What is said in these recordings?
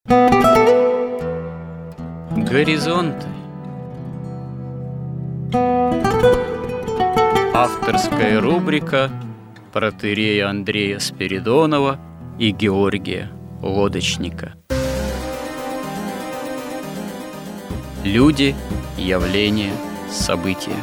Горизонты. Авторская рубрика протоиерея Андрея Спиридонова и Георгия Лодочника. Люди, явления, события.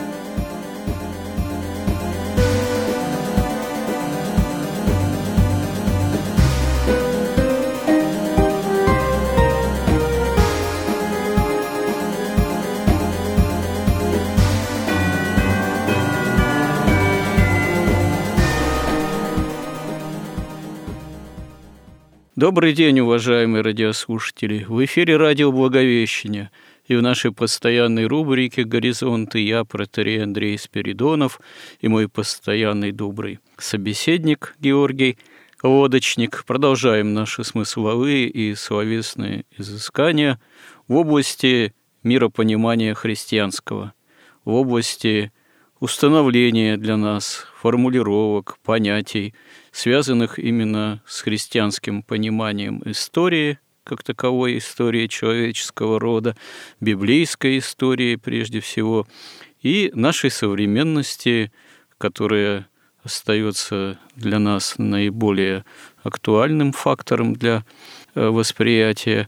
Добрый день, уважаемые радиослушатели! В эфире радио «Благовещение», и в нашей постоянной рубрике «Горизонты» я, протоиерей Андрей Спиридонов, и мой постоянный добрый собеседник Георгий Лодочник. Продолжаем наши смысловые и словесные изыскания в области миропонимания христианского, в области установления для нас формулировок, понятий, связанных именно с христианским пониманием истории, как таковой истории человеческого рода, библейской истории прежде всего, и нашей современности, которая остается для нас наиболее актуальным фактором для восприятия,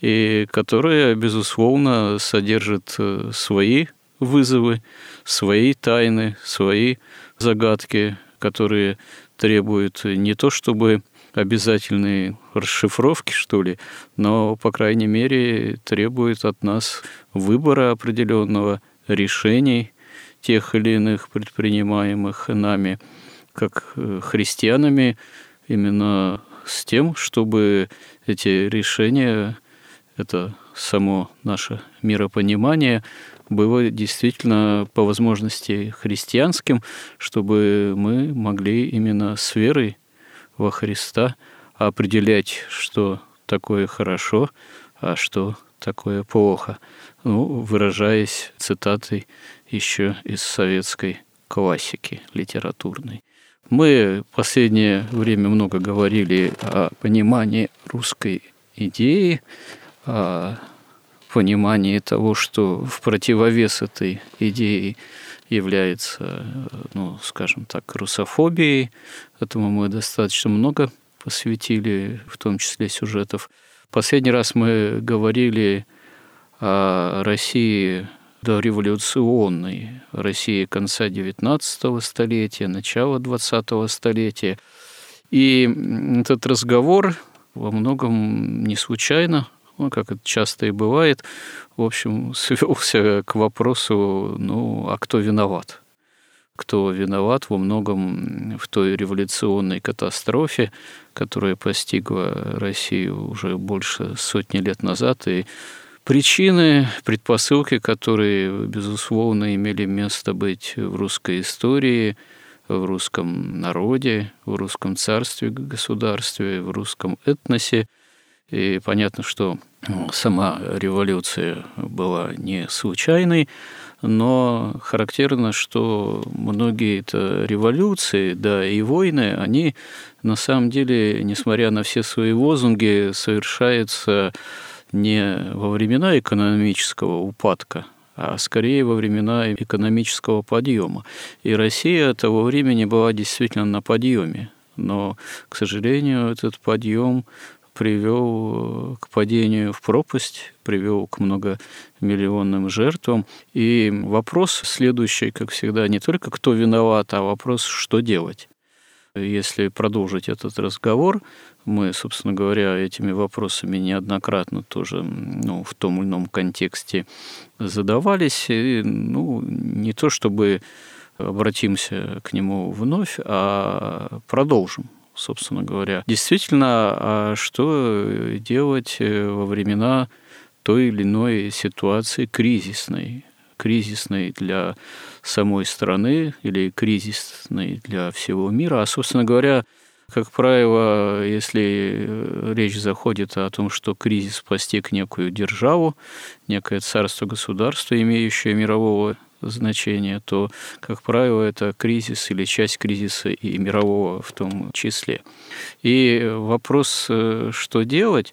и которая, безусловно, содержит свои вызовы, свои тайны, свои загадки, которые требуют не то чтобы обязательной расшифровки, что ли, но, по крайней мере, требуют от нас выбора определенного, решений тех или иных предпринимаемых нами, как христианами, именно с тем, чтобы эти решения, это само наше миропонимание, было действительно по возможности христианским, чтобы мы могли именно с верой во Христа определять, что такое хорошо, а что такое плохо, выражаясь цитатой еще из советской классики литературной. Мы в последнее время много говорили о понимании русской идеи, о понимании того, что в противовес этой идее является, скажем так, русофобией. Этому мы достаточно много посвятили, в том числе сюжетов. Последний раз мы говорили о России дореволюционной, России конца XIX столетия, начала XX столетия. И этот разговор во многом не случайно, как это часто и бывает, в общем, свелся к вопросу, а кто виноват? Кто виноват во многом в той революционной катастрофе, которая постигла Россию уже больше сотни лет назад, и причины, предпосылки, которые, безусловно, имели место быть в русской истории, в русском народе, в русском царстве, государстве, в русском этносе. И понятно, что сама революция была не случайной, но характерно, что многие-то революции, да и войны, они на самом деле, несмотря на все свои лозунги, совершаются не во времена экономического упадка, а скорее во времена экономического подъема. И Россия того времени была действительно на подъеме, но, к сожалению, этот подъем привел к падению в пропасть, привел к многомиллионным жертвам. И вопрос следующий, как всегда, не только кто виноват, а вопрос, что делать. Если продолжить этот разговор, мы, собственно говоря, этими вопросами неоднократно тоже в том или ином контексте задавались. И, не то чтобы обратимся к нему вновь, а продолжим. Собственно говоря, действительно, а что делать во времена той или иной ситуации кризисной для самой страны или кризисной для всего мира. А, собственно говоря, как правило, если речь заходит о том, что кризис постиг некую державу, некое царство-государство, имеющее мирового значения, то, как правило, это кризис или часть кризиса и мирового в том числе. И вопрос, что делать,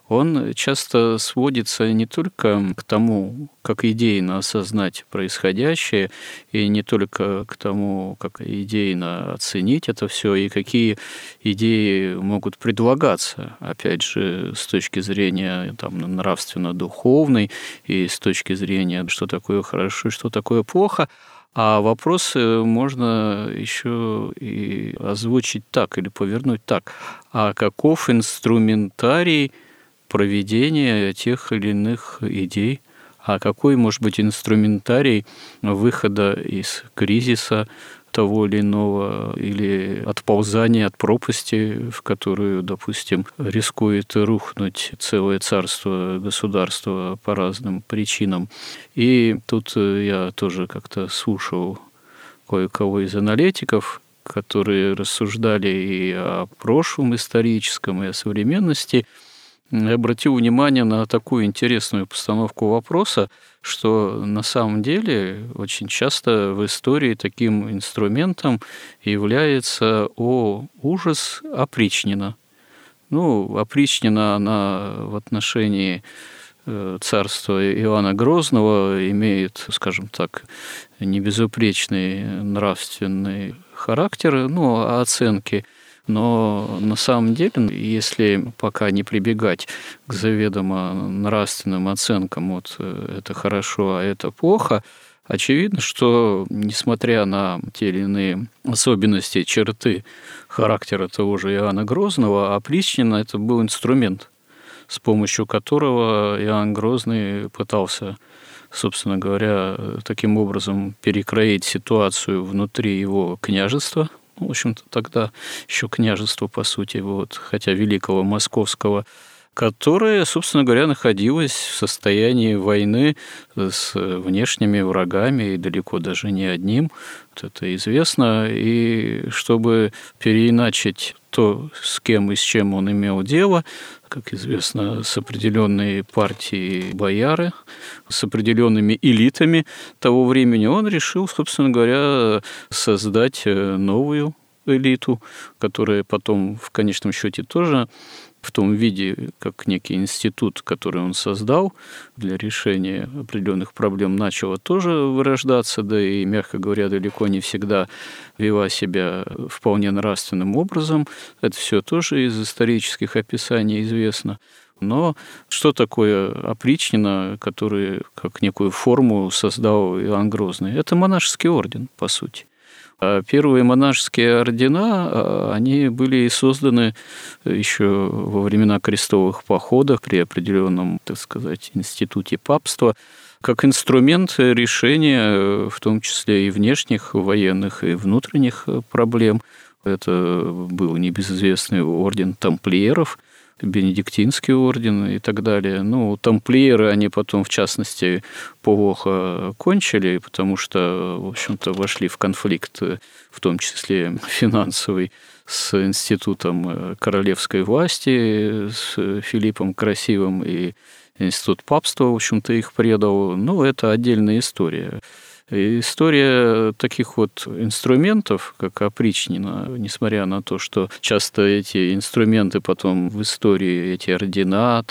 он часто сводится не только к тому, как идейно осознать происходящее, и не только к тому, как идейно оценить это все, и какие идеи могут предлагаться, опять же, с точки зрения там, нравственно-духовной, и с точки зрения, что такое хорошо и что такое плохо. А вопросы можно еще и озвучить так или повернуть так. А каков инструментарий проведения тех или иных идей? А какой может быть инструментарий выхода из кризиса того или иного, или отползания от пропасти, в которую, допустим, рискует рухнуть целое царство, государство по разным причинам. И тут я тоже как-то слушал кое-кого из аналитиков, которые рассуждали и о прошлом историческом, и о современности. Обратил внимание на такую интересную постановку вопроса, что на самом деле очень часто в истории таким инструментом является ужас опричнина. Опричнина, она в отношении царства Иоанна Грозного имеет, скажем так, небезупречный нравственный характер, оценки. Но на самом деле, если пока не прибегать к заведомо нравственным оценкам, вот это хорошо, а это плохо, очевидно, что несмотря на те или иные особенности, черты характера того же Иоанна Грозного, опричнина – это был инструмент, с помощью которого Иоанн Грозный пытался, собственно говоря, таким образом перекроить ситуацию внутри его княжества. В общем-то, тогда еще княжество, по сути, хотя великого московского, которое, собственно говоря, находилось в состоянии войны с внешними врагами, и далеко даже не одним, это известно. И чтобы переиначить то, с кем и с чем он имел дело, как известно, с определенной партией бояры, с определенными элитами того времени, он решил, собственно говоря, создать новую элиту, которая потом в конечном счете тоже в том виде, как некий институт, который он создал для решения определенных проблем, начала тоже вырождаться, да и, мягко говоря, далеко не всегда вела себя вполне нравственным образом. Это все тоже из исторических описаний известно. Но что такое опричнина, который как некую форму создал Иоанн Грозный? Это монашеский орден, по сути. Первые монашеские ордена, они были созданы еще во времена крестовых походов при определенном, так сказать, институте папства, как инструмент решения, в том числе и внешних военных, и внутренних проблем. Это был небезызвестный орден тамплиеров, Бенедиктинский орден и так далее. Тамплиеры, они потом, в частности, плохо кончили, потому что, в общем-то, вошли в конфликт, в том числе финансовый, с институтом королевской власти, с Филиппом Красивым, и институт папства, в общем-то, их предал. Это отдельная история. История таких инструментов, как опричнина, несмотря на то, что часто эти инструменты потом в истории, эти ордена,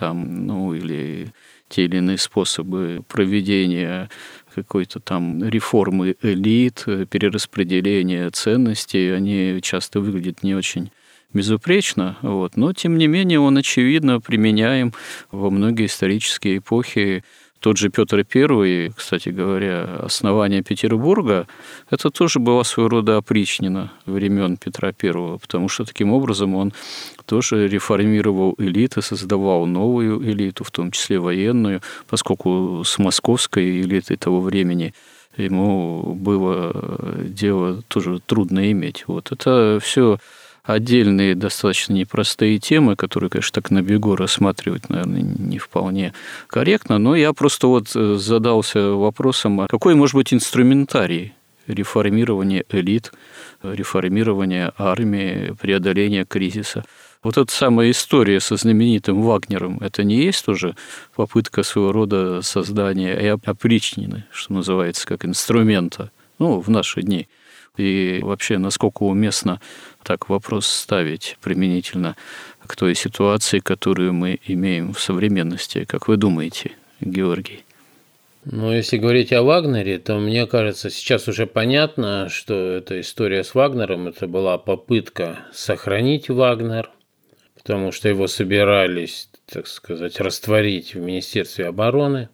или те или иные способы проведения какой-то реформы элит, перераспределения ценностей, они часто выглядят не очень безупречно, но, тем не менее, он, очевидно, применяем во многие исторические эпохи. Тот же Петр I, кстати говоря, основание Петербурга, это тоже была своего рода опричнина времен Петра I, потому что таким образом он тоже реформировал элиты, создавал новую элиту, в том числе военную, поскольку с московской элитой того времени ему было дело тоже трудно иметь. Это все отдельные достаточно непростые темы, которые, конечно, так на бегу рассматривать, наверное, не вполне корректно, но я просто задался вопросом, а какой может быть инструментарий реформирования элит, реформирования армии, преодоления кризиса? Эта самая история со знаменитым Вагнером, это не есть тоже попытка своего рода создания опричнины, что называется, как инструмента, в наши дни? И вообще, насколько уместно так вопрос ставить применительно к той ситуации, которую мы имеем в современности? Как вы думаете, Георгий? Ну, если говорить о Вагнере, то мне кажется, сейчас уже понятно, что эта история с Вагнером – это была попытка сохранить Вагнер, потому что его собирались, так сказать, растворить в Министерстве обороны.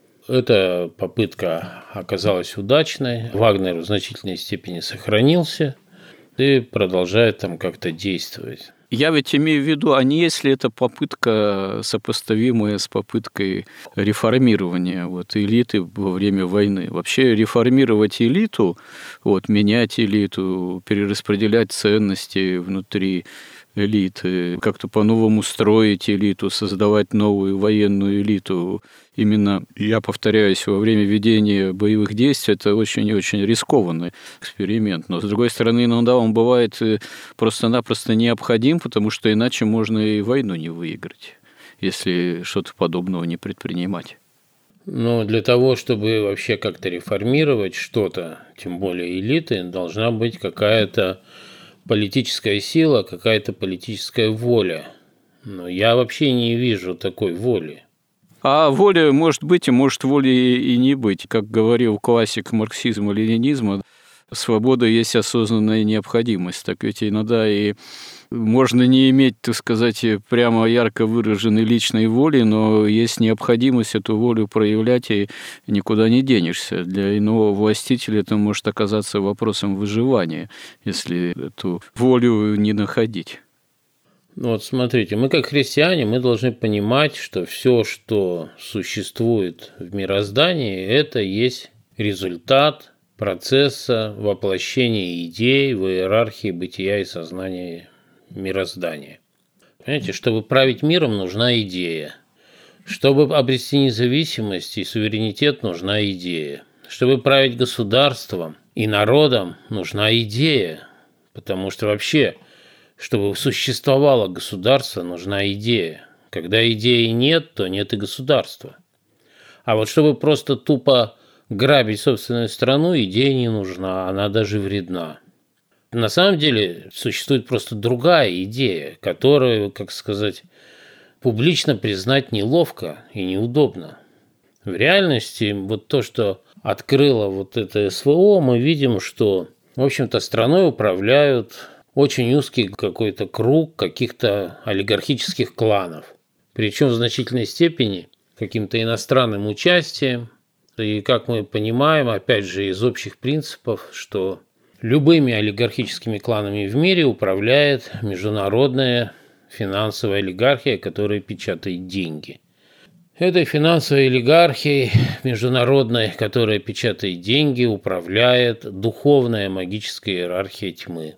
Эта попытка оказалась удачной. Вагнер в значительной степени сохранился и продолжает там как-то действовать. Я ведь имею в виду, а не если это попытка, сопоставимая с попыткой реформирования элиты во время войны. Вообще реформировать элиту, менять элиту, перераспределять ценности внутри элиты, как-то по-новому строить элиту, создавать новую военную элиту. Именно, я повторяюсь, во время ведения боевых действий это очень и очень рискованный эксперимент. Но, с другой стороны, иногда он бывает просто-напросто необходим, потому что иначе можно и войну не выиграть, если что-то подобного не предпринимать. Но для того, чтобы вообще как-то реформировать что-то, тем более элиты, должна быть какая-то политическая сила, какая-то политическая воля. Но я вообще не вижу такой воли. А воля может быть, и может воли и не быть. Как говорил классик марксизма-ленинизма, свобода есть осознанная необходимость. Так ведь иногда и можно не иметь, так сказать, прямо ярко выраженной личной воли, но есть необходимость эту волю проявлять, и никуда не денешься. Для иного властителя это может оказаться вопросом выживания, если эту волю не находить. Ну смотрите, мы как христиане, мы должны понимать, что все, что существует в мироздании, это есть результат процесса воплощения идей в иерархии бытия и сознания мироздания. Понимаете, чтобы править миром, нужна идея. Чтобы обрести независимость и суверенитет, нужна идея. Чтобы править государством и народом, нужна идея. Потому что вообще, чтобы существовало государство, нужна идея. Когда идеи нет, то нет и государства. А вот чтобы просто тупо грабить собственную страну, идея не нужна, она даже вредна. На самом деле существует просто другая идея, которую, как сказать, публично признать неловко и неудобно. В реальности то, что открыло это СВО, мы видим, что, в общем-то, страной управляют очень узкий какой-то круг каких-то олигархических кланов. Причем в значительной степени каким-то иностранным участием. И, как мы понимаем, опять же, из общих принципов, что любыми олигархическими кланами в мире управляет международная финансовая олигархия, которая печатает деньги. Этой финансовой олигархией международной, которая печатает деньги, управляет духовная магическая иерархия тьмы,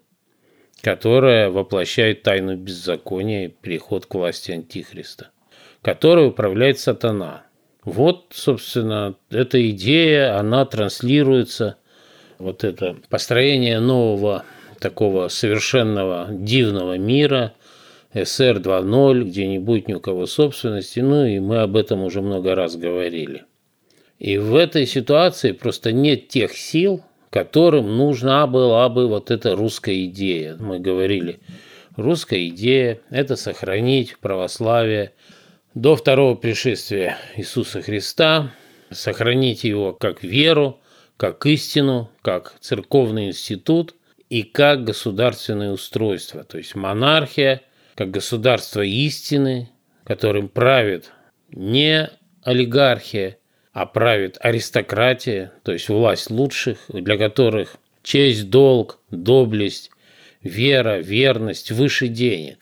которая воплощает тайну беззакония и переход к власти Антихриста, которой управляет сатана. Собственно, эта идея, она транслируется, это построение нового такого совершенного дивного мира, СР 2.0, где не будет ни у кого собственности, и мы об этом уже много раз говорили. И в этой ситуации просто нет тех сил, которым нужна была бы эта русская идея. Мы говорили, русская идея – это сохранить православие до второго пришествия Иисуса Христа, сохранить его как веру, как истину, как церковный институт и как государственное устройство, то есть монархия, как государство истины, которым правит не олигархия, а правит аристократия, то есть власть лучших, для которых честь, долг, доблесть, вера, верность выше денег.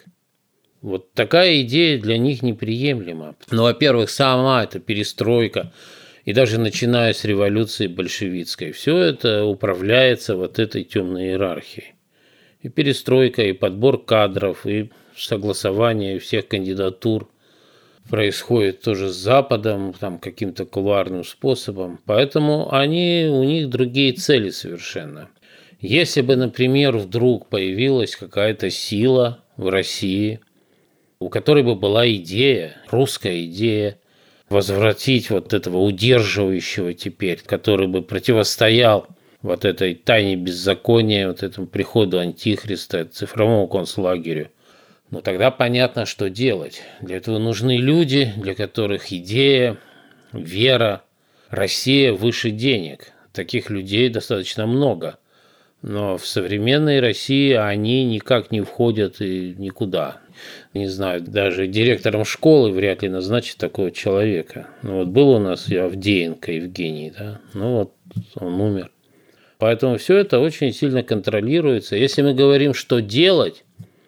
Такая идея для них неприемлема. Во-первых, сама эта перестройка, и даже начиная с революции большевистской, все это управляется этой темной иерархией. И перестройка, и подбор кадров, и согласование всех кандидатур происходит тоже с Западом, каким-то кулуарным способом. Поэтому у них другие цели совершенно. Если бы, например, вдруг появилась какая-то сила в России, у которой бы была идея, русская идея, возвратить этого удерживающего теперь, который бы противостоял вот этой тайне беззакония, вот этому приходу Антихриста, цифровому концлагерю. Но тогда понятно, что делать. Для этого нужны люди, для которых идея, вера, Россия выше денег. Таких людей достаточно много. Но в современной России они никак не входят и никуда. Не знаю, даже директором школы вряд ли назначат такого человека. Ну вот был у нас Авдеенко Евгений, да? Ну вот он умер. Поэтому все это очень сильно контролируется. Если мы говорим, что делать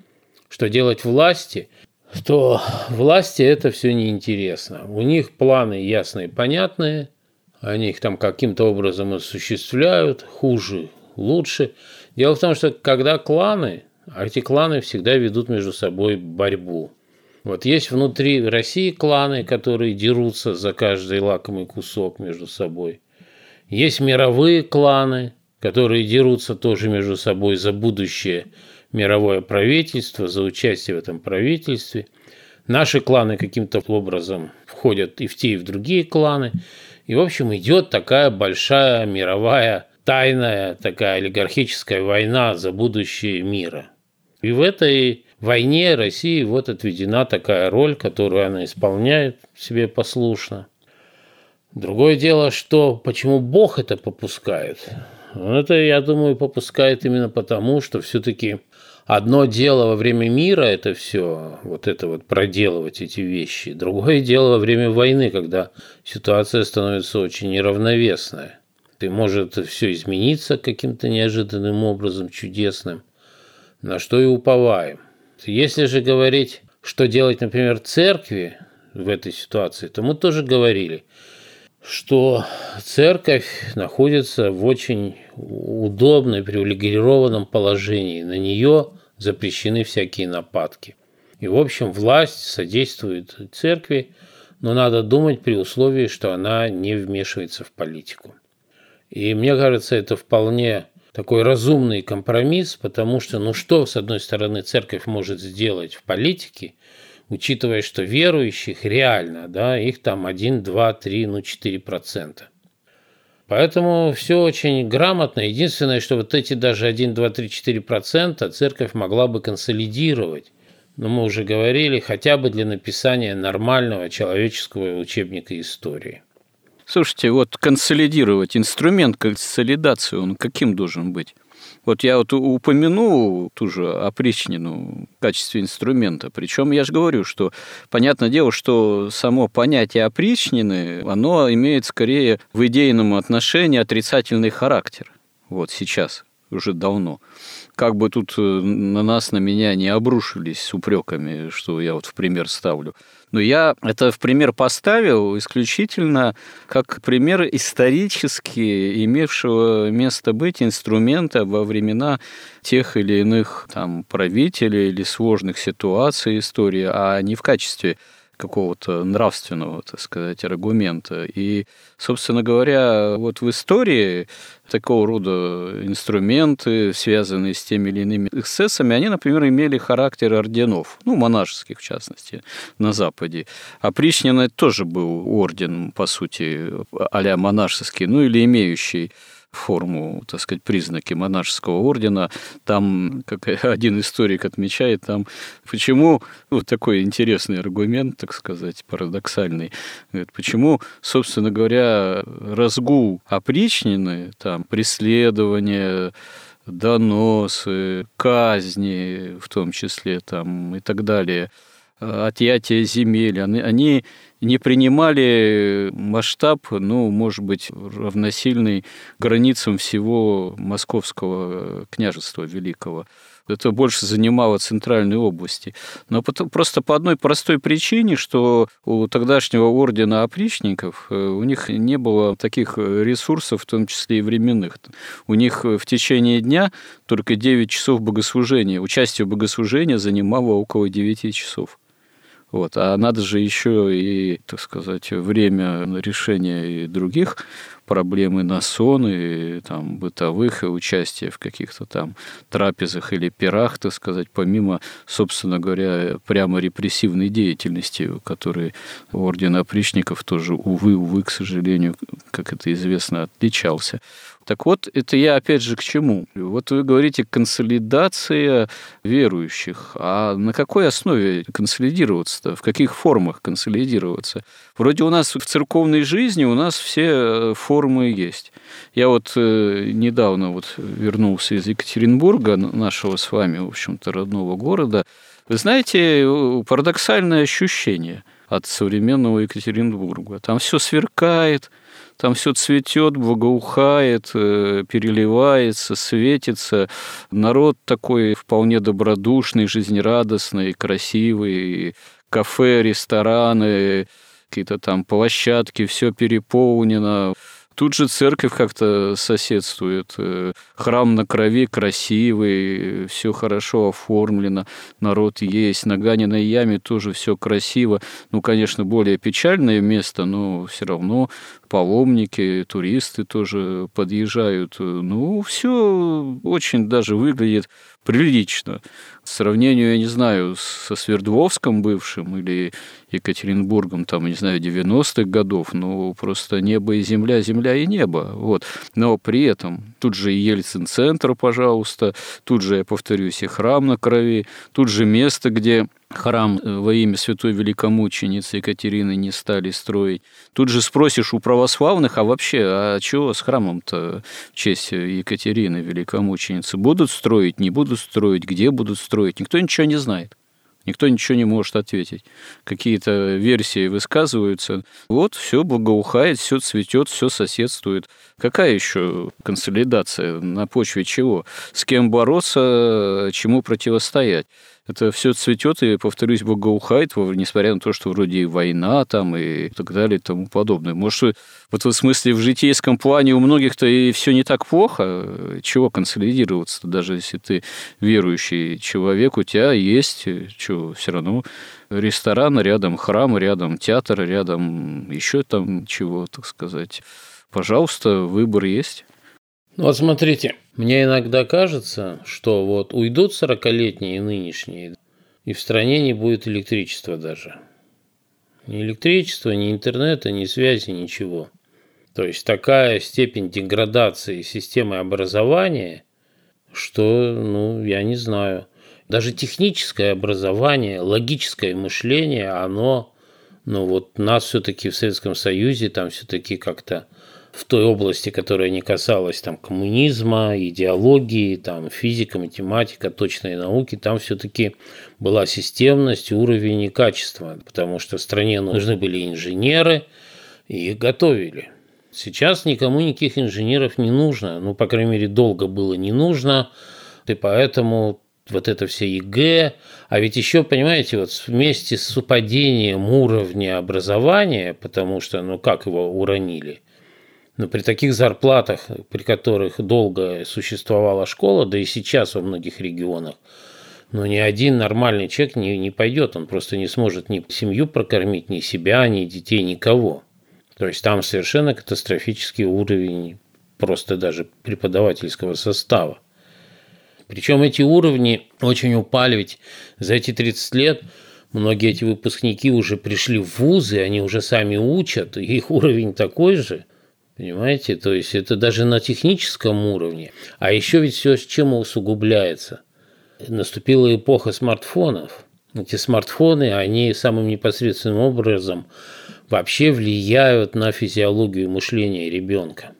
власти, то власти это все неинтересно. У них планы ясные, понятные, они их там каким-то образом осуществляют, хуже, лучше. Дело в том, что когда кланы, эти кланы всегда ведут между собой борьбу. Вот есть внутри России кланы, которые дерутся за каждый лакомый кусок между собой. Есть мировые кланы, которые дерутся тоже между собой за будущее мировое правительство, за участие в этом правительстве. Наши кланы каким-то образом входят и в те, и в другие кланы. И, в общем, идет такая большая мировая, тайная, такая олигархическая война за будущее мира. И в этой войне России вот отведена такая роль, которую она исполняет себе послушно. Другое дело, что почему Бог это попускает? Это, я думаю, попускает именно потому, что все-таки одно дело во время мира это все, вот это вот проделывать эти вещи. Другое дело во время войны, когда ситуация становится очень неравновесная. И может все измениться каким-то неожиданным образом, чудесным, на что и уповаем. Если же говорить, что делать, например, церкви в этой ситуации, то мы тоже говорили, что церковь находится в очень удобном, привилегированном положении. На нее запрещены всякие нападки. И, в общем, власть содействует церкви, но надо думать при условии, что она не вмешивается в политику. И мне кажется, это вполне такой разумный компромисс, потому что, что, с одной стороны, церковь может сделать в политике, учитывая, что верующих реально, да, их там 1, 2, 3, 4%. Поэтому все очень грамотно. Единственное, что вот эти даже 1, 2, 3, 4% церковь могла бы консолидировать. Но мы уже говорили, хотя бы для написания нормального человеческого учебника истории. Слушайте, вот консолидировать, инструмент консолидации, он каким должен быть? Вот я упомянул ту же опричнину в качестве инструмента. Причем я же говорю, что понятное дело, что само понятие опричнины, оно имеет скорее в идейном отношении отрицательный характер. Вот сейчас, уже давно. Как бы тут на нас, на меня не обрушились с упреками, что я вот в пример ставлю. Но я это в пример поставил исключительно как пример исторически имевшего место быть инструмента во времена тех или иных там правителей или сложных ситуаций истории, а не в качестве какого-то нравственного, так сказать, аргумента. И, собственно говоря, вот в истории такого рода инструменты, связанные с теми или иными эксцессами, они, например, имели характер орденов, монашеских, в частности, на Западе. Опричнина тоже был орден, по сути, а-ля монашеский, или имеющий форму, так сказать, признаки монашеского ордена. Там, как один историк отмечает, там почему, такой интересный аргумент, так сказать, парадоксальный, говорит, почему, собственно говоря, разгул опричнины, там, преследования, доносы, казни, в том числе, там, и так далее, отъятие земель, они не принимали масштаб, может быть, равносильный границам всего Московского княжества Великого. Это больше занимало центральные области. Но просто по одной простой причине, что у тогдашнего ордена опричников у них не было таких ресурсов, в том числе и временных. У них в течение дня только 9 часов богослужения. Участие в богослужении занимало около 9 часов. А надо же еще и, так сказать, время решения и других проблемы на сон и там бытовых, и участия в каких-то там трапезах или пирах, так сказать, помимо, собственно говоря, прямо репрессивной деятельности, которой орден опричников тоже, увы, к сожалению, как это известно, отличался. Так вот, это я опять же к чему? Вот вы говорите, консолидация верующих. А на какой основе консолидироваться-то? В каких формах консолидироваться? Вроде у нас в церковной жизни у нас все формы есть. Я вот недавно вернулся из Екатеринбурга, нашего с вами, в общем-то, родного города. Вы знаете, парадоксальное ощущение от современного Екатеринбурга. Там все сверкает, там все цветет, благоухает, переливается, светится. Народ такой вполне добродушный, жизнерадостный, красивый. Кафе, рестораны, какие-то там площадки, все переполнено. Тут же церковь как-то соседствует. Храм на Крови красивый, все хорошо оформлено, народ есть. На Ганиной яме тоже все красиво. Ну, конечно, более печальное место, но все равно паломники, туристы тоже подъезжают. Ну, все очень даже выглядит прилично. По сравнению, я не знаю, со Свердловском бывшим или Екатеринбургом, там, не знаю, 90-х годов, ну, просто небо и земля, земля и небо. Вот. Но при этом тут же и Ельцин-центр, пожалуйста, тут же, я повторюсь, и храм на Крови, тут же место, где храм во имя святой великомученицы Екатерины не стали строить. Тут же спросишь у православных, а вообще, а чего с храмом-то в честь Екатерины великомученицы? Будут строить, не будут строить, где будут строить? Никто ничего не знает. Никто ничего не может ответить. Какие-то версии высказываются. Вот, все благоухает, все цветет, все соседствует. Какая еще консолидация? На почве чего? С кем бороться, чему противостоять? Это все цветет и, повторюсь, благоухает, несмотря на то, что вроде и война там и так далее и тому подобное. Может, вот в смысле в житейском плане у многих-то и все не так плохо? Чего консолидироваться-то, даже если ты верующий человек, у тебя есть, что все равно ресторан, рядом храм, рядом театр, рядом еще там чего, так сказать. Пожалуйста, выбор есть. Вот смотрите, мне иногда кажется, что вот уйдут 40-летние и нынешние, и в стране не будет электричества даже. Ни электричества, ни интернета, ни связи, ничего. То есть такая степень деградации системы образования, что, я не знаю. Даже техническое образование, логическое мышление, оно, нас все-таки в Советском Союзе, там все-таки как-то в той области, которая не касалась там коммунизма, идеологии, там физика, математика, точной науки, там все-таки была системность, уровень и качество, потому что в стране нужны были инженеры, и их готовили. Сейчас никому никаких инженеров не нужно, по крайней мере, долго было не нужно, и поэтому вот это все ЕГЭ, а ведь еще, понимаете, вот вместе с падением уровня образования, потому что, как его уронили, но при таких зарплатах, при которых долго существовала школа, да и сейчас во многих регионах, ни один нормальный человек не пойдет, он просто не сможет ни семью прокормить, ни себя, ни детей, никого. То есть там совершенно катастрофический уровень просто даже преподавательского состава. Причем эти уровни очень упали, ведь за эти 30 лет многие эти выпускники уже пришли в вузы, они уже сами учат, и их уровень такой же. Понимаете, то есть это даже на техническом уровне. А еще ведь все с чем усугубляется. Наступила эпоха смартфонов. Эти смартфоны, они самым непосредственным образом вообще влияют на физиологию мышления ребенка.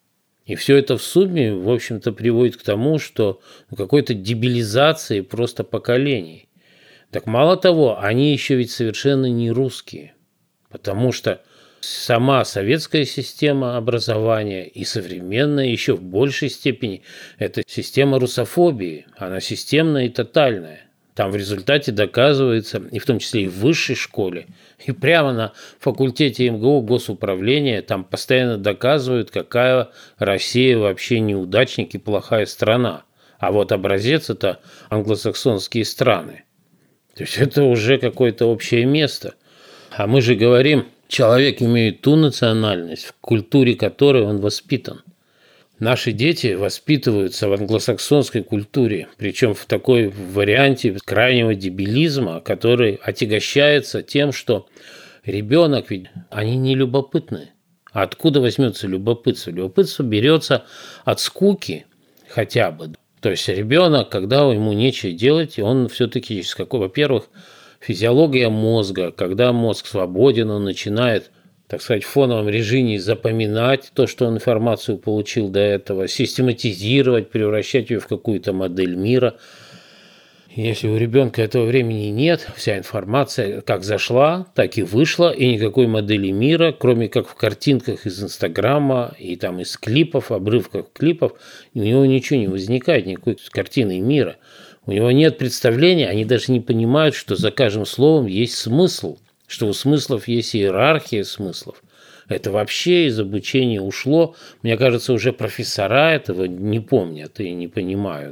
И все это в сумме, в общем-то, приводит к тому, что какой-то дебилизации просто поколений. Так мало того, они еще ведь совершенно не русские. Потому что сама советская система образования и современная еще в большей степени – это система русофобии. Она системная и тотальная. Там в результате доказывается, и в том числе и в высшей школе, и прямо на факультете МГУ госуправления там постоянно доказывают, какая Россия вообще неудачник и плохая страна. А вот образец – это англосаксонские страны. То есть это уже какое-то общее место. А мы же говорим Человек имеет ту национальность, в культуре которой он воспитан. Наши дети воспитываются в англосаксонской культуре, причем в такой варианте крайнего дебилизма, который отягощается тем, что ребенок ведь они не любопытны. А откуда возьмется любопытство? Любопытство берется от скуки хотя бы. То есть ребенок, когда ему нечего делать, он все-таки через какой, во-первых, физиология мозга, когда мозг свободен, он начинает, так сказать, в фоновом режиме запоминать то, что он информацию получил до этого, систематизировать, превращать ее в какую-то модель мира. Если у ребенка этого времени нет, вся информация как зашла, так и вышла, и никакой модели мира, кроме как в картинках из Инстаграма и там из клипов, обрывков клипов, у него ничего не возникает, никакой картины мира. У него нет представления, они даже не понимают, что за каждым словом есть смысл, что у смыслов есть иерархия смыслов. Это вообще из обучения ушло. Мне кажется, уже профессора этого не помнят и не понимают.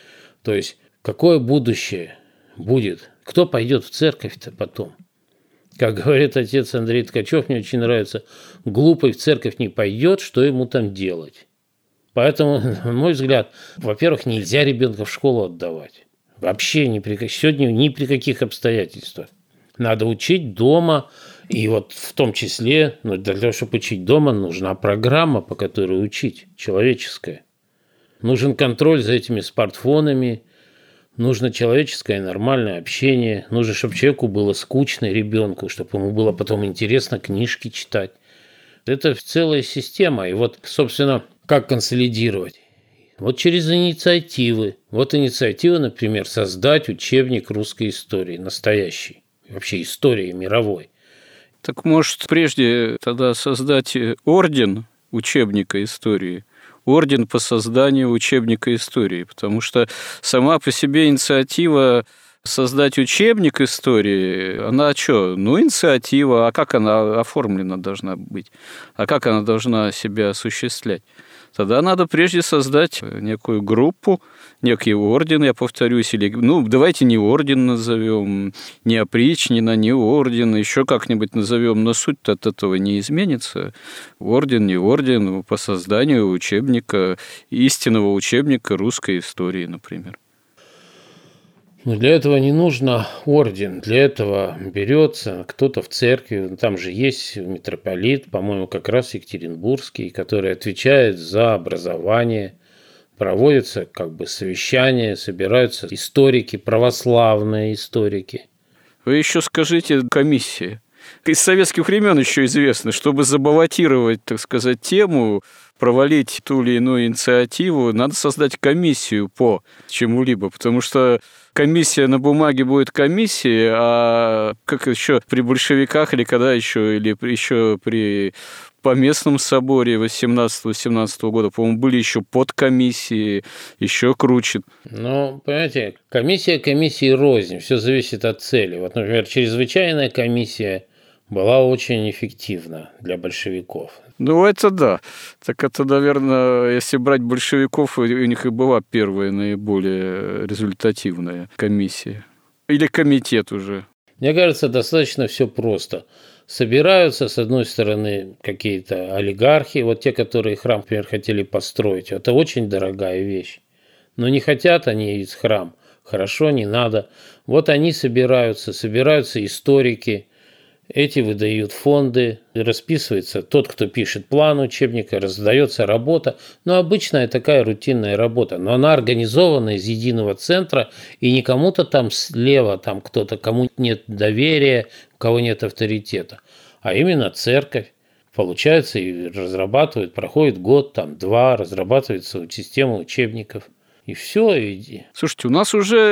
То есть, какое будущее будет? Кто пойдет в церковь-то потом? Как говорит отец Андрей Ткачев, мне очень нравится, глупый в церковь не пойдет, что ему там делать? Поэтому, на мой взгляд, во-первых, нельзя ребенка в школу отдавать. Вообще сегодня ни при каких обстоятельствах. Надо учить дома, и вот в том числе, для того, чтобы учить дома, нужна программа, по которой учить, человеческая. Нужен контроль за этими смартфонами, нужно человеческое нормальное общение, нужно, чтобы человеку было скучно, ребенку, чтобы ему было потом интересно книжки читать. Это целая система, и вот, собственно, как консолидировать? Вот через инициативы. Вот инициатива, например, создать учебник русской истории, настоящий, вообще истории мировой. Так может прежде тогда создать орден учебника истории, орден по созданию учебника истории, потому что сама по себе инициатива создать учебник истории, она что? Инициатива, а как она оформлена должна быть? А как она должна себя осуществлять? Тогда надо прежде создать некую группу, некий орден, я повторюсь, или, давайте не орден назовем, не опричнина, не орден, еще как-нибудь назовем, но суть-то от этого не изменится. Орден, не орден, по созданию учебника, истинного учебника русской истории, например. Но для этого не нужно орден, для этого берется кто-то в церкви, там же есть митрополит, по-моему, как раз Екатеринбургский, который отвечает за образование, проводятся совещания, собираются историки, православные историки. Вы еще скажите комиссия. Из советских времен еще известно, чтобы забаллотировать, так сказать, тему, провалить ту или иную инициативу, надо создать комиссию по чему-либо, потому что комиссия на бумаге будет комиссией, а как еще при большевиках или когда еще, или еще при Поместном соборе 18-17 года, по-моему, были еще подкомиссии, еще круче. Понимаете, комиссия комиссии рознь, все зависит от цели. Вот, например, чрезвычайная комиссия была очень эффективна для большевиков. Это да. Так это, наверное, если брать большевиков, у них и была первая наиболее результативная комиссия. Или комитет уже. Мне кажется, достаточно все просто. Собираются, с одной стороны, какие-то олигархи, вот те, которые храм, например, хотели построить. Это очень дорогая вещь. Но не хотят они из храм. Хорошо, не надо. Вот они собираются историки. Эти выдают фонды, расписывается тот, кто пишет план учебника, раздается работа. Обычная такая рутинная работа, но она организована из единого центра, и не кому-то там слева, там кто-то, кому нет доверия, у кого нет авторитета, а именно церковь. Получается, и разрабатывает, проходит год, два, разрабатывается система учебников. И все, иди. Слушайте, у нас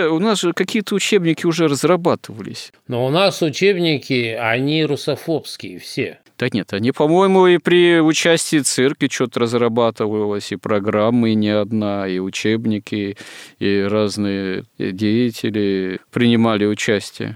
же какие-то учебники уже разрабатывались. Но у нас учебники, они русофобские все. Да нет, они, по-моему, и при участии церкви что-то разрабатывалось, и программы не одна, и учебники, и разные деятели принимали участие.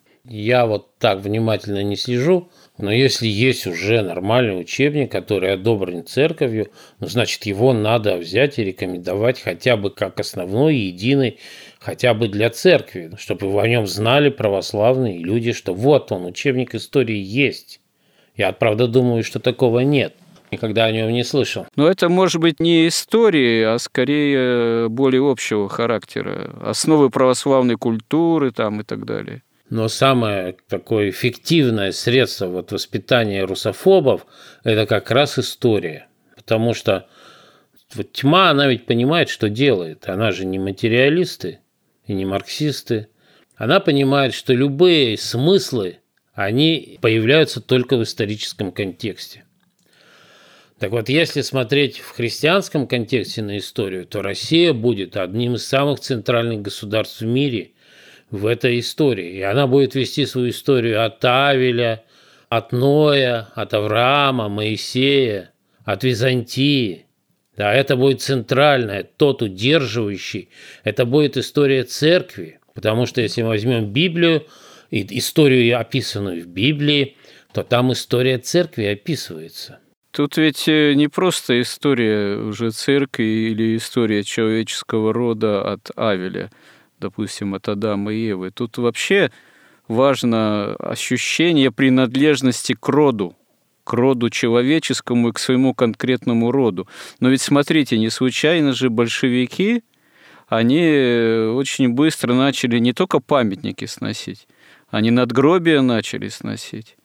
Я вот так внимательно не слежу, но если есть уже нормальный учебник, который одобрен церковью, значит, его надо взять и рекомендовать хотя бы как основной, единый, хотя бы для церкви, чтобы о нем знали православные люди, что вот он, учебник истории есть. Я, правда, думаю, что такого нет. Никогда о нем не слышал. Но это может быть не истории, а скорее более общего характера. Основы православной культуры там и так далее. Но самое такое эффективное средство воспитания русофобов – это как раз история. Потому что тьма, она ведь понимает, что делает. Она же не материалисты и не марксисты. Она понимает, что любые смыслы, они появляются только в историческом контексте. Так вот, если смотреть в христианском контексте на историю, то Россия будет одним из самых центральных государств в мире в этой истории. И она будет вести свою историю от Авеля, от Ноя, от Авраама, Моисея, от Византии. Да, это будет центральное, тот удерживающий. Это будет история церкви. Потому что если мы возьмем Библию, и историю, описанную в Библии, то там история церкви описывается. Тут ведь не просто история уже церкви или история человеческого рода от Авеля, допустим, от Адама и Евы. Тут вообще важно ощущение принадлежности к роду человеческому и к своему конкретному роду. Но ведь смотрите, не случайно же большевики, они очень быстро начали не только памятники сносить, они надгробия начали сносить.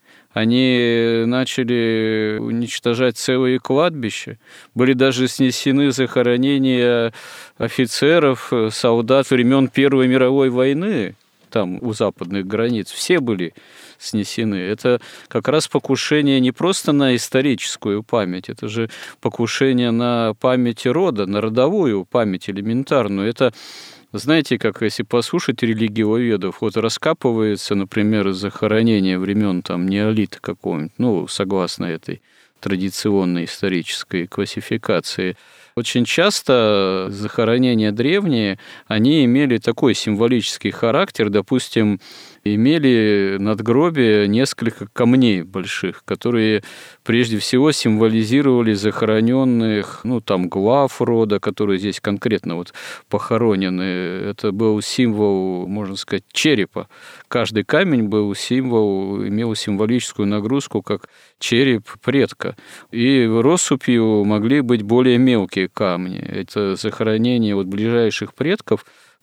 Они начали уничтожать целые кладбища. Были даже снесены захоронения офицеров, солдат времен Первой мировой войны. Там у западных границ все были снесены. Это как раз покушение не просто на историческую память, это же покушение на память рода, на родовую память элементарную. Это, знаете, как если послушать религиоведов, раскапывается, например, захоронение времен неолита какого-нибудь, согласно этой традиционной исторической классификации. Очень часто захоронения древние, они имели такой символический характер, допустим, имели надгробие несколько камней больших, которые прежде всего символизировали захороненных, глав рода, которые здесь конкретно похоронены. Это был символ, можно сказать, черепа. Каждый камень имел символическую нагрузку, как череп предка. И россыпью могли быть более мелкие камни. Это захоронение ближайших предков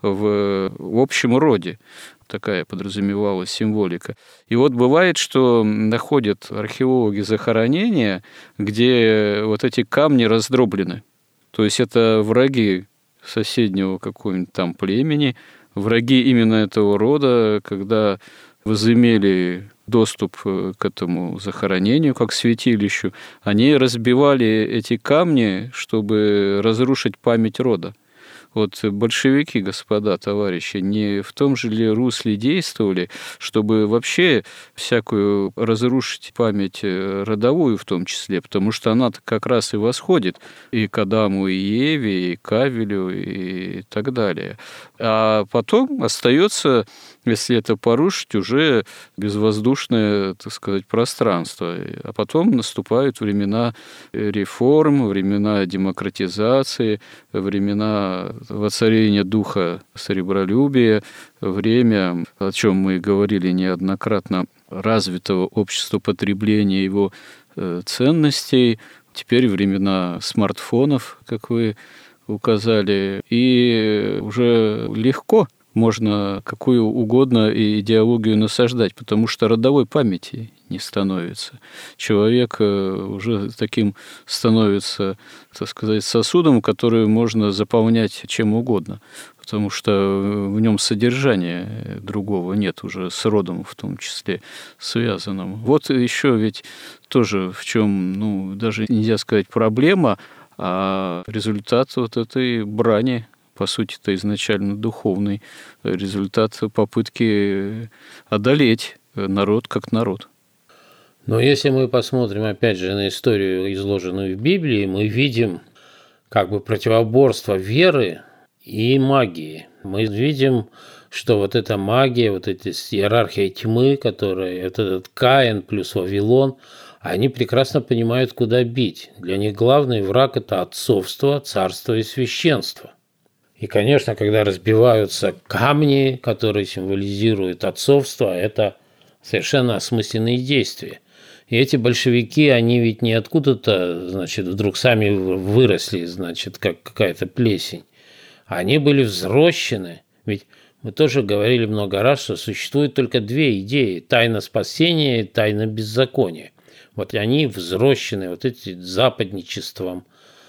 в общем роде. Такая подразумевалась символика. И бывает, что находят археологи захоронения, где эти камни раздроблены. То есть это враги соседнего какого-нибудь там племени, враги именно этого рода, когда возымели доступ к этому захоронению, как святилищу, они разбивали эти камни, чтобы разрушить память рода. Большевики, господа, товарищи, не в том же ли русле действовали, чтобы вообще всякую разрушить память родовую в том числе, потому что она-то как раз и восходит и к Адаму, и Еве, и к Авелю, и так далее. А потом остается, если это порушить, уже безвоздушное, так сказать, пространство. А потом наступают времена реформ, времена демократизации, времена воцарения духа сребролюбия, время, о чем мы говорили неоднократно, развитого общества потребления его ценностей. Теперь времена смартфонов, как вы указали, и уже легко можно какую угодно идеологию насаждать, потому что родовой памяти не становится. Человек уже таким становится, так сказать, сосудом, который можно заполнять чем угодно, потому что в нем содержания другого нет уже с родом в том числе связанным. Еще ведь тоже в чем, даже нельзя сказать проблема, а результат этой брани, по сути, это изначально духовный результат попытки одолеть народ как народ. Но если мы посмотрим, опять же, на историю, изложенную в Библии, мы видим противоборство веры и магии. Мы видим, что эта магия, эта иерархия тьмы, этот Каин плюс Вавилон, они прекрасно понимают, куда бить. Для них главный враг – это отцовство, царство и священство. И, конечно, когда разбиваются камни, которые символизируют отцовство, это совершенно осмысленные действия. И эти большевики, они ведь не откуда-то, значит, вдруг сами выросли, значит, как какая-то плесень. Они были взрощены. Ведь мы тоже говорили много раз, что существует только две идеи – тайна спасения и тайна беззакония. Вот они взрощены вот этим западничеством,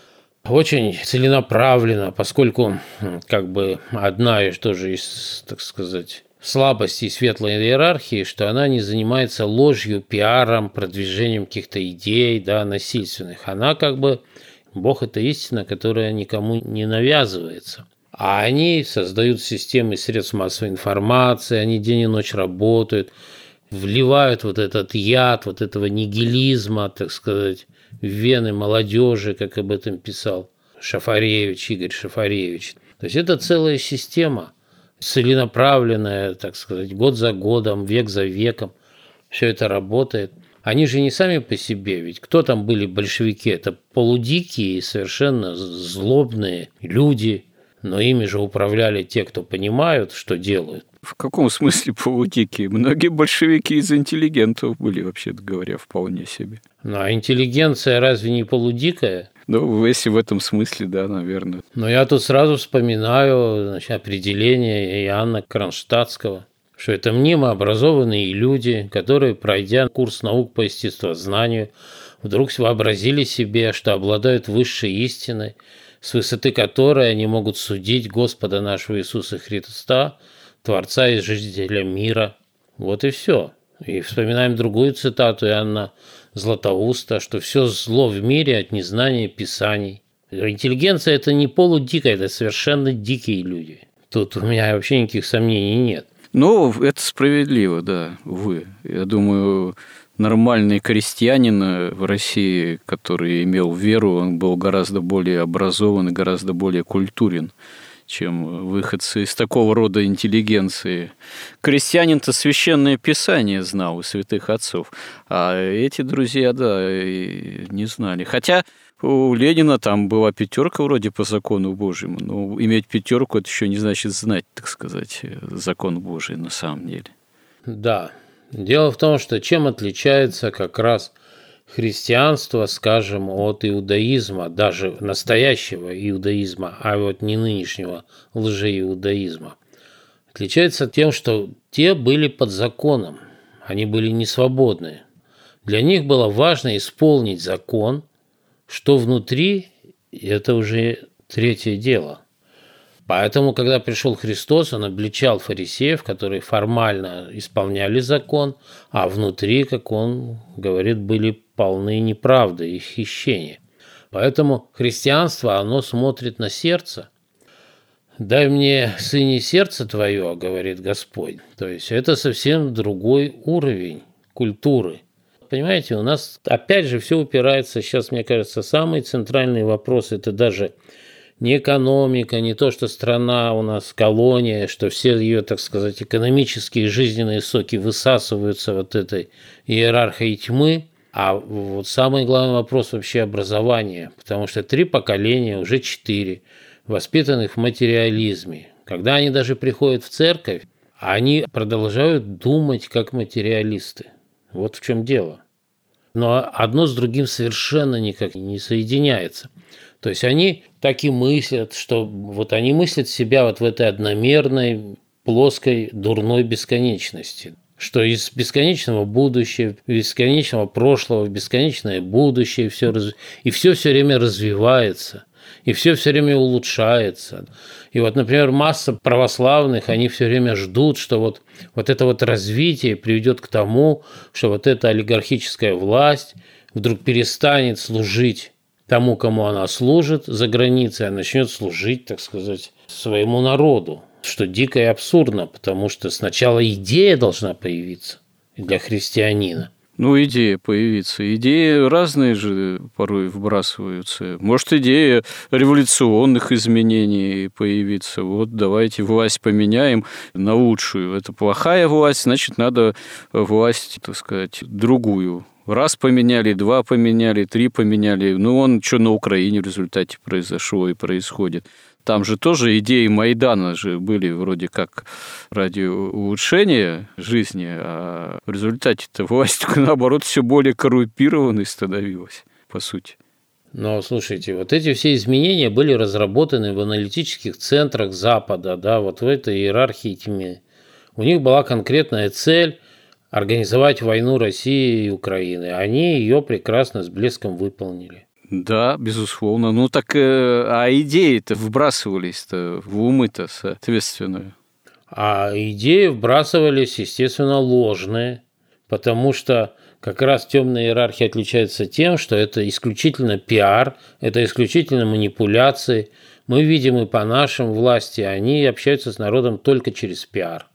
очень целенаправленно, поскольку как бы одна из тоже из, так сказать, слабостей светлой иерархии, что она не занимается ложью, пиаром, продвижением каких-то идей, да, насильственных. Она как бы, Бог – это истина, которая никому не навязывается. А они создают системы средств массовой информации, они день и ночь работают, вливают вот этот яд, вот этого нигилизма, так сказать, в вены молодежи, как об этом писал Шафаревич, Игорь Шафаревич. То есть это целая система, целенаправленная, так сказать, год за годом, век за веком. Все это работает. Они же не сами по себе, ведь кто там были большевики? Это полудикие, совершенно злобные люди, но ими же управляли те, кто понимают, что делают. В каком смысле полудикие? Многие большевики из интеллигентов были, вообще-то говоря, вполне себе. Ну, а интеллигенция разве не полудикая? Ну, если в этом смысле, да, наверное. Но я тут сразу вспоминаю, значит, определение Иоанна Кронштадтского, что это мнимо образованные люди, которые, пройдя курс наук по естествознанию, вдруг вообразили себе, что обладают высшей истиной, с высоты которой они могут судить Господа нашего Иисуса Христа, Творца и Жителя мира. Вот и все. И вспоминаем другую цитату Иоанна Златоуста, что все зло в мире от незнания Писаний. Интеллигенция – это не полудикая, это совершенно дикие люди. Тут у меня вообще никаких сомнений нет. Ну, это справедливо, да, увы. Я думаю, нормальный крестьянин в России, который имел веру, он был гораздо более образован и гораздо более культурен, чем выходцы из такого рода интеллигенции. Крестьянин-то священное писание знал у святых отцов, а эти друзья, да, не знали. Хотя у Ленина там была 5 вроде по закону Божьему, но иметь 5 это еще не значит знать, так сказать, закон Божий на самом деле. Да. Дело в том, что чем отличается как раз христианство, скажем, от иудаизма, даже настоящего иудаизма, а вот не нынешнего лжеиудаизма. Отличается тем, что те были под законом, они были не свободны. Для них было важно исполнить закон, что внутри – это уже третье дело. Поэтому, когда пришел Христос, он обличал фарисеев, которые формально исполняли закон, а внутри, как он говорит, были полны неправды и хищения. Поэтому христианство, оно смотрит на сердце. «Дай мне, сыне, сердце твое», – говорит Господь. То есть это совсем другой уровень культуры. Понимаете, у нас опять же все упирается, сейчас, мне кажется, самый центральный вопрос – это даже не экономика, не то, что страна у нас колония, что все ее, так сказать, экономические жизненные соки высасываются вот этой иерархией тьмы, а вот самый главный вопрос вообще образования, потому что 3 поколения, уже 4, воспитанных в материализме. Когда они даже приходят в церковь, они продолжают думать как материалисты. Вот в чем дело. Но одно с другим совершенно никак не соединяется. То есть они так и мыслят, что вот они мыслят себя вот в этой одномерной, плоской, дурной бесконечности. Что из бесконечного будущего, бесконечного прошлого в бесконечное будущее и все время развивается, и все время улучшается. И вот, например, масса православных, они все время ждут, что вот это вот развитие приведет к тому, что вот эта олигархическая власть вдруг перестанет служить тому, кому она служит за границей, а начнет служить, так сказать, своему народу. Что дико и абсурдно, потому что сначала идея должна появиться для христианина. Ну, идея появится. Идеи разные же порой вбрасываются. Может, идея революционных изменений появится. Вот давайте власть поменяем на лучшую. Это плохая власть, значит, надо власть, так сказать, другую. Раз поменяли, 2 поменяли, 3 поменяли. Ну, что на Украине в результате произошло и происходит. Там же тоже идеи Майдана же были вроде как ради улучшения жизни, а в результате-то власть, наоборот, все более коррумпированной становилась, по сути. Но, слушайте, вот эти все изменения были разработаны в аналитических центрах Запада, да, вот в этой иерархии тьмы. У них была конкретная цель – организовать войну России и Украины. Они ее прекрасно с блеском выполнили. Да, безусловно. Ну так, а идеи-то вбрасывались-то в умы-то, соответственно. А идеи вбрасывались, естественно, ложные, потому что как раз темная иерархия отличается тем, что это исключительно пиар, это исключительно манипуляции. Мы видим и по нашим власти, они общаются с народом только через пиар.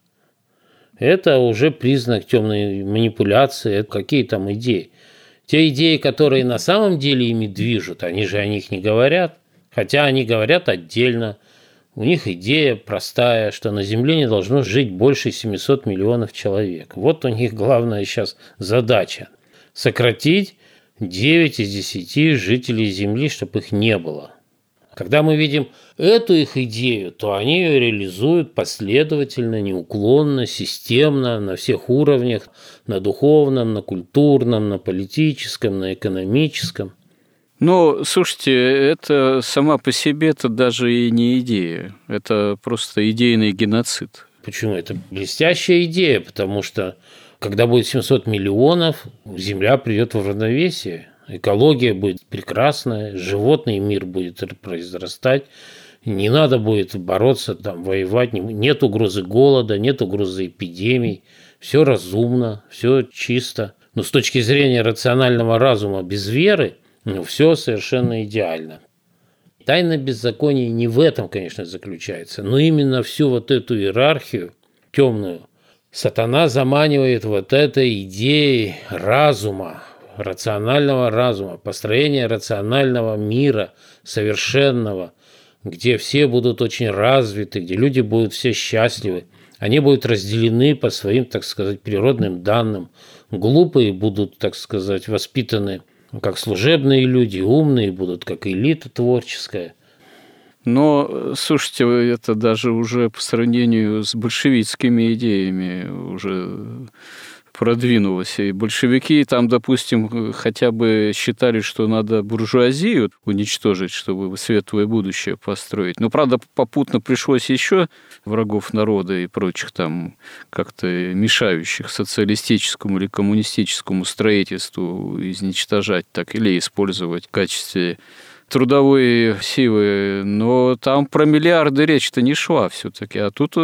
Это уже признак темной манипуляции, это какие там идеи. Те идеи, которые на самом деле ими движут, они же о них не говорят, хотя они говорят отдельно. У них идея простая, что на Земле не должно жить больше 700 миллионов человек. Вот у них главная сейчас задача – сократить 9 из 10 жителей Земли, чтобы их не было. Когда мы видим эту их идею, то они ее реализуют последовательно, неуклонно, системно, на всех уровнях, на духовном, на культурном, на политическом, на экономическом. Ну, слушайте, это сама по себе это даже и не идея, это просто идейный геноцид. Почему? Это блестящая идея, потому что когда будет 700 миллионов, Земля придет в равновесие. Экология будет прекрасная, животный мир будет произрастать, не надо будет бороться, там, воевать, нет угрозы голода, нет угрозы эпидемий, все разумно, все чисто. Но с точки зрения рационального разума без веры, все совершенно идеально. Тайна беззакония не в этом, конечно, заключается, но именно всю вот эту иерархию темную сатана заманивает вот этой идеей разума, рационального разума, построения рационального мира, совершенного, где все будут очень развиты, где люди будут все счастливы. Они будут разделены по своим, так сказать, природным данным. Глупые будут, так сказать, воспитаны как служебные люди, умные будут как элита творческая. Но, слушайте, это даже уже по сравнению с большевистскими идеями уже продвинулось. И большевики там, допустим, хотя бы считали, что надо буржуазию уничтожить, чтобы светлое будущее построить. Но, правда, попутно пришлось еще врагов народа и прочих там как-то мешающих социалистическому или коммунистическому строительству изничтожать так или использовать в качестве трудовой силы, но там про миллиарды речь-то не шла все-таки. А тут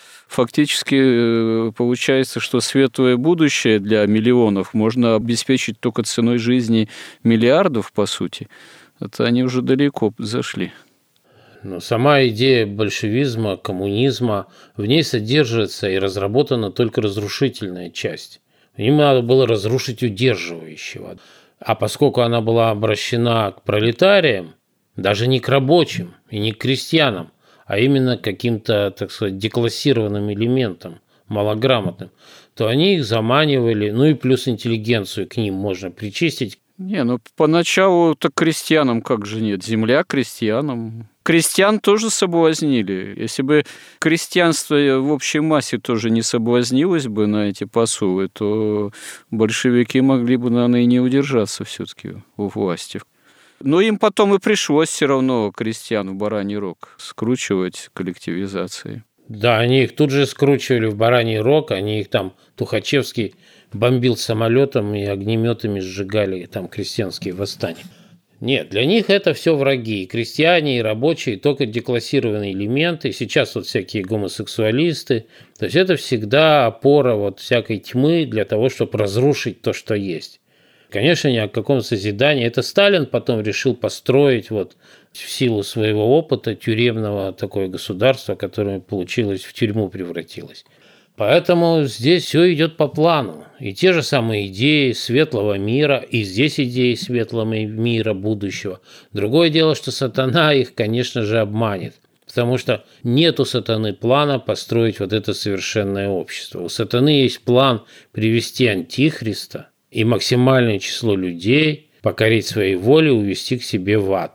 фактически получается, что светлое будущее для миллионов можно обеспечить только ценой жизни миллиардов, по сути. Это они уже далеко зашли. Но сама идея большевизма, коммунизма, в ней содержится и разработана только разрушительная часть. Им надо было разрушить удерживающего. А поскольку она была обращена к пролетариям, даже не к рабочим и не к крестьянам, а именно к каким-то, так сказать, деклассированным элементам, малограмотным, то они их заманивали, ну и плюс интеллигенцию к ним можно причистить. Не, ну поначалу-то крестьянам как же нет, земля крестьянам. Крестьян тоже соблазнили. Если бы крестьянство в общей массе тоже не соблазнилось бы на эти посулы, то большевики могли бы, наверное, и не удержаться все-таки у власти. Но им потом и пришлось все равно крестьян в бараний рог скручивать коллективизацией. Да, они их тут же скручивали в бараний рог, они их там, Тухачевский бомбил самолетом и огнеметами сжигали там крестьянские восстания. Нет, для них это все враги, и крестьяне, и рабочие, только деклассированные элементы, сейчас вот всякие гомосексуалисты, то есть это всегда опора вот всякой тьмы для того, чтобы разрушить то, что есть. Конечно, ни о каком созидании. Это Сталин потом решил построить вот в силу своего опыта тюремного такое государство, которое получилось, в тюрьму превратилось. Поэтому здесь все идет по плану. И те же самые идеи светлого мира, и здесь идеи светлого мира будущего. Другое дело, что сатана их, конечно же, обманет. Потому что нет у сатаны плана построить вот это совершенное общество. У сатаны есть план привести антихриста и максимальное число людей покорить своей волей, увести к себе в ад.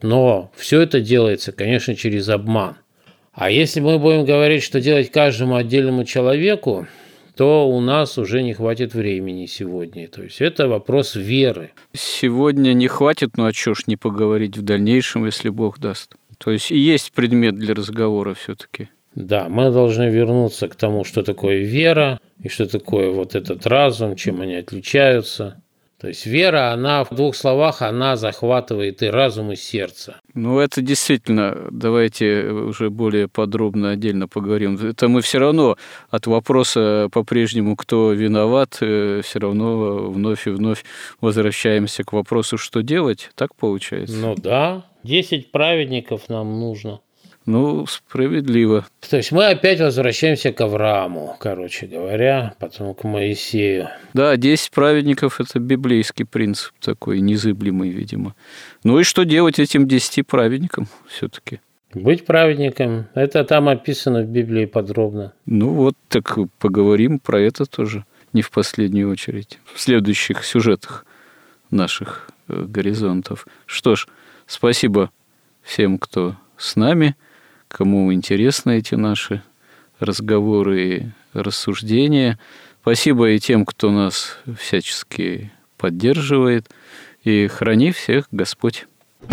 Но все это делается, конечно, через обман. А если мы будем говорить, что делать каждому отдельному человеку, то у нас уже не хватит времени сегодня. То есть это вопрос веры. Сегодня не хватит, ну а чё ж не поговорить в дальнейшем, если Бог даст. То есть и есть предмет для разговора все-таки. Да, мы должны вернуться к тому, что такое вера и что такое вот этот разум, чем они отличаются. То есть вера, она в двух словах, она захватывает и разум, и сердце. Ну, это действительно, давайте уже более подробно отдельно поговорим. Это мы все равно от вопроса по-прежнему, кто виноват, все равно вновь и вновь возвращаемся к вопросу, что делать. Так получается? Ну да, 10 праведников нам нужно. Ну, справедливо. То есть мы опять возвращаемся к Аврааму, короче говоря, потом к Моисею. Да, 10 праведников – это библейский принцип такой, незыблемый, видимо. Ну и что делать этим 10 праведникам все-таки? Быть праведником – это там описано в Библии подробно. Ну вот, так поговорим про это тоже, не в последнюю очередь, в следующих сюжетах наших горизонтов. Что ж, спасибо всем, кто с нами, кому интересны эти наши разговоры и рассуждения. Спасибо и тем, кто нас всячески поддерживает. И храни всех Господь.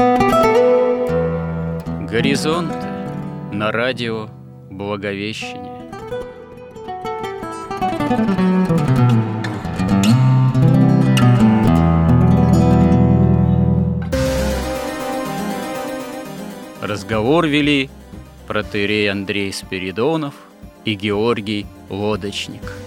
Горизонт на радио Благовещение. Разговор вели протоиерей Андрей Спиридонов и Георгий Лодочник.